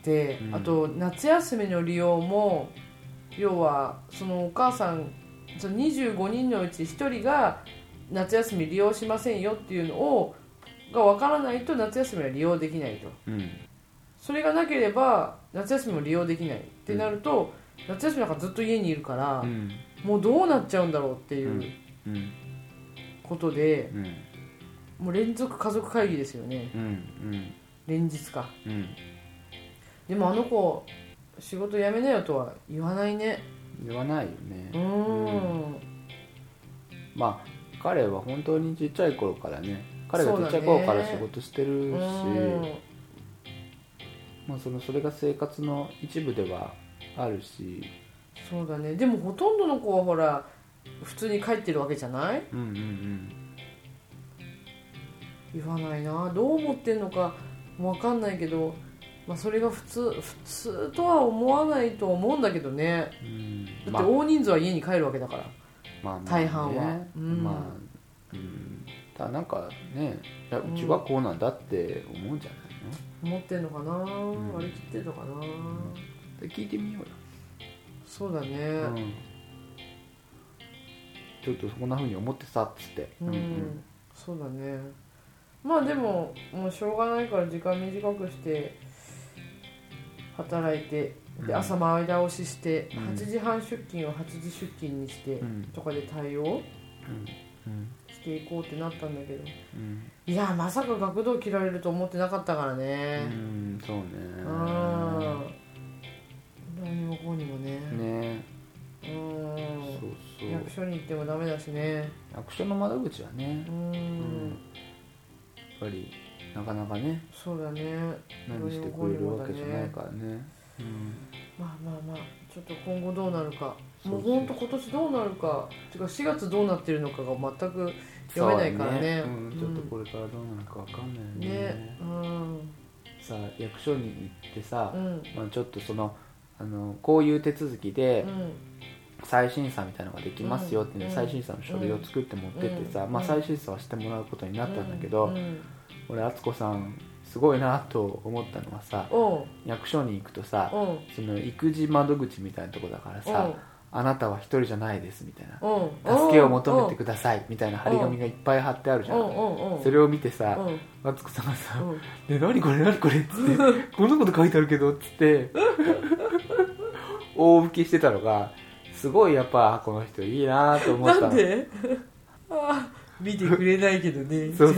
あと夏休みの利用も、要はそのお母さん、その25人のうち1人が夏休み利用しませんよっていうのが分からないと夏休みは利用できないと、それがなければ夏休みも利用できないってなると、夏休みなんかずっと家にいるから、もうどうなっちゃうんだろうっていうことで、もう連続家族会議ですよね、連日か、でもあの子仕事辞めなよとは言わないね。 言わないよね。彼は本当にちっちゃい頃からね、彼がちっちゃい頃から仕事してるし、それが生活の一部ではあるし。 そうだね。でもほとんどの子はほら普通に帰ってるわけじゃない、 言わないな。どう思ってんのか分かんないけど、まあ、それが普通とは思わないと思うんだけどね、だって大人数は家に帰るわけだから、 まあまあね、 大半は、 まあただなんかね、いやうちはこうなんだって思うんじゃないの、 思ってんのかな、割り切ってんのかな、 で聞いてみようよ。 そうだね、 ちょっとこんな風に思ってさっつって、 そうだね。まあでももうしょうがないから時間短くして働いて、で朝前倒しして、8時半出勤を8時出勤にして、とかで対応していこうってなったんだけど、いやまさか学童切られると思ってなかったからね。 そうね。 何もこうにもね。そう役所に行ってもダメだしね。 役所の窓口はね、やっぱりなかなかね、 そうだね、 何してくれるわけじゃないからね。 まあちょっと今後どうなるか、もうほんと今年どうなるかてか4月どうなってるのかが全く読めないからね。 ちょっとこれからどうなるか分かんないよね。さあ役所に行ってさ、ちょっとこういう手続きで再審査みたいなのができますよって、再審査の書類を作って持ってってさ、再審査はしてもらうことになったんだけど、俺敦子さんすごいなと思ったのはさ、役所に行くとさ、その育児窓口みたいなとこだからさ、あなたは一人じゃないですみたいな、助けを求めてくださいみたいな張り紙がいっぱい貼ってあるじゃん。それを見てさ、敦子さんがさ「何これ何これ」っつって「こんなこと書いてあるけど」っつって大吹きしてたのがすごい、やっぱこの人いいなと思ったの。 なんで見てくれないけどね。 そう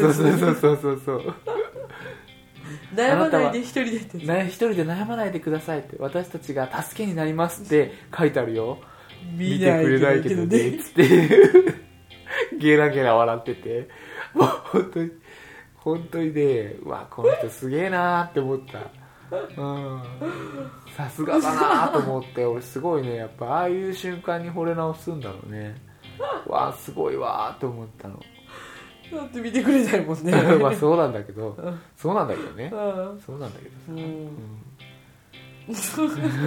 悩まないで一人でって、 一人で悩まないでくださいって、私たちが助けになりますって書いてあるよ、見てくれないけどねっつってゲラゲラ笑ってて、もう本当にね、うわこの人すげえなって思った。さすがだなと思って、俺すごいね、やっぱああいう瞬間に惚れ直すんだろうね。わあすごいわーと思ったの。 だって見てくれないもんねまあそうなんだけど、そうなんだけどね、そうなんだけどさ、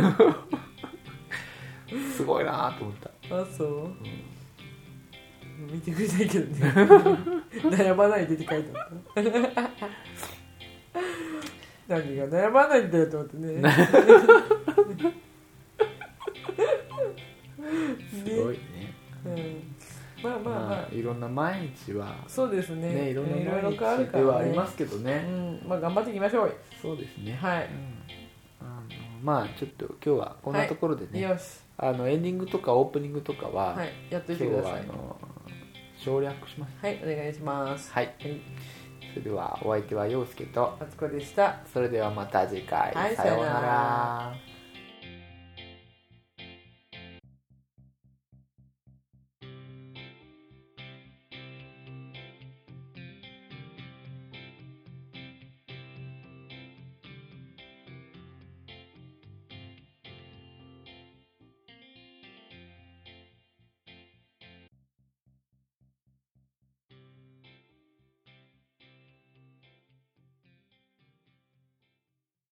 すごいなと思った。 あ、そう、見てくれないけどね悩まないでって書いてあった何が悩まないんだよと思ってねすごいね、 まあいろんな毎日はそうですね、 いろんな毎日ではありますけどね、 頑張っていきましょう。 そうですね、 はい、 ちょっと今日はこんなところでね、 よし、 エンディングとかオープニングとかは、 やっといてください。 今日は省略します。 はい、お願いします。 はい、それではお相手は陽介と敦子でした。 それではまた次回、 さようなら。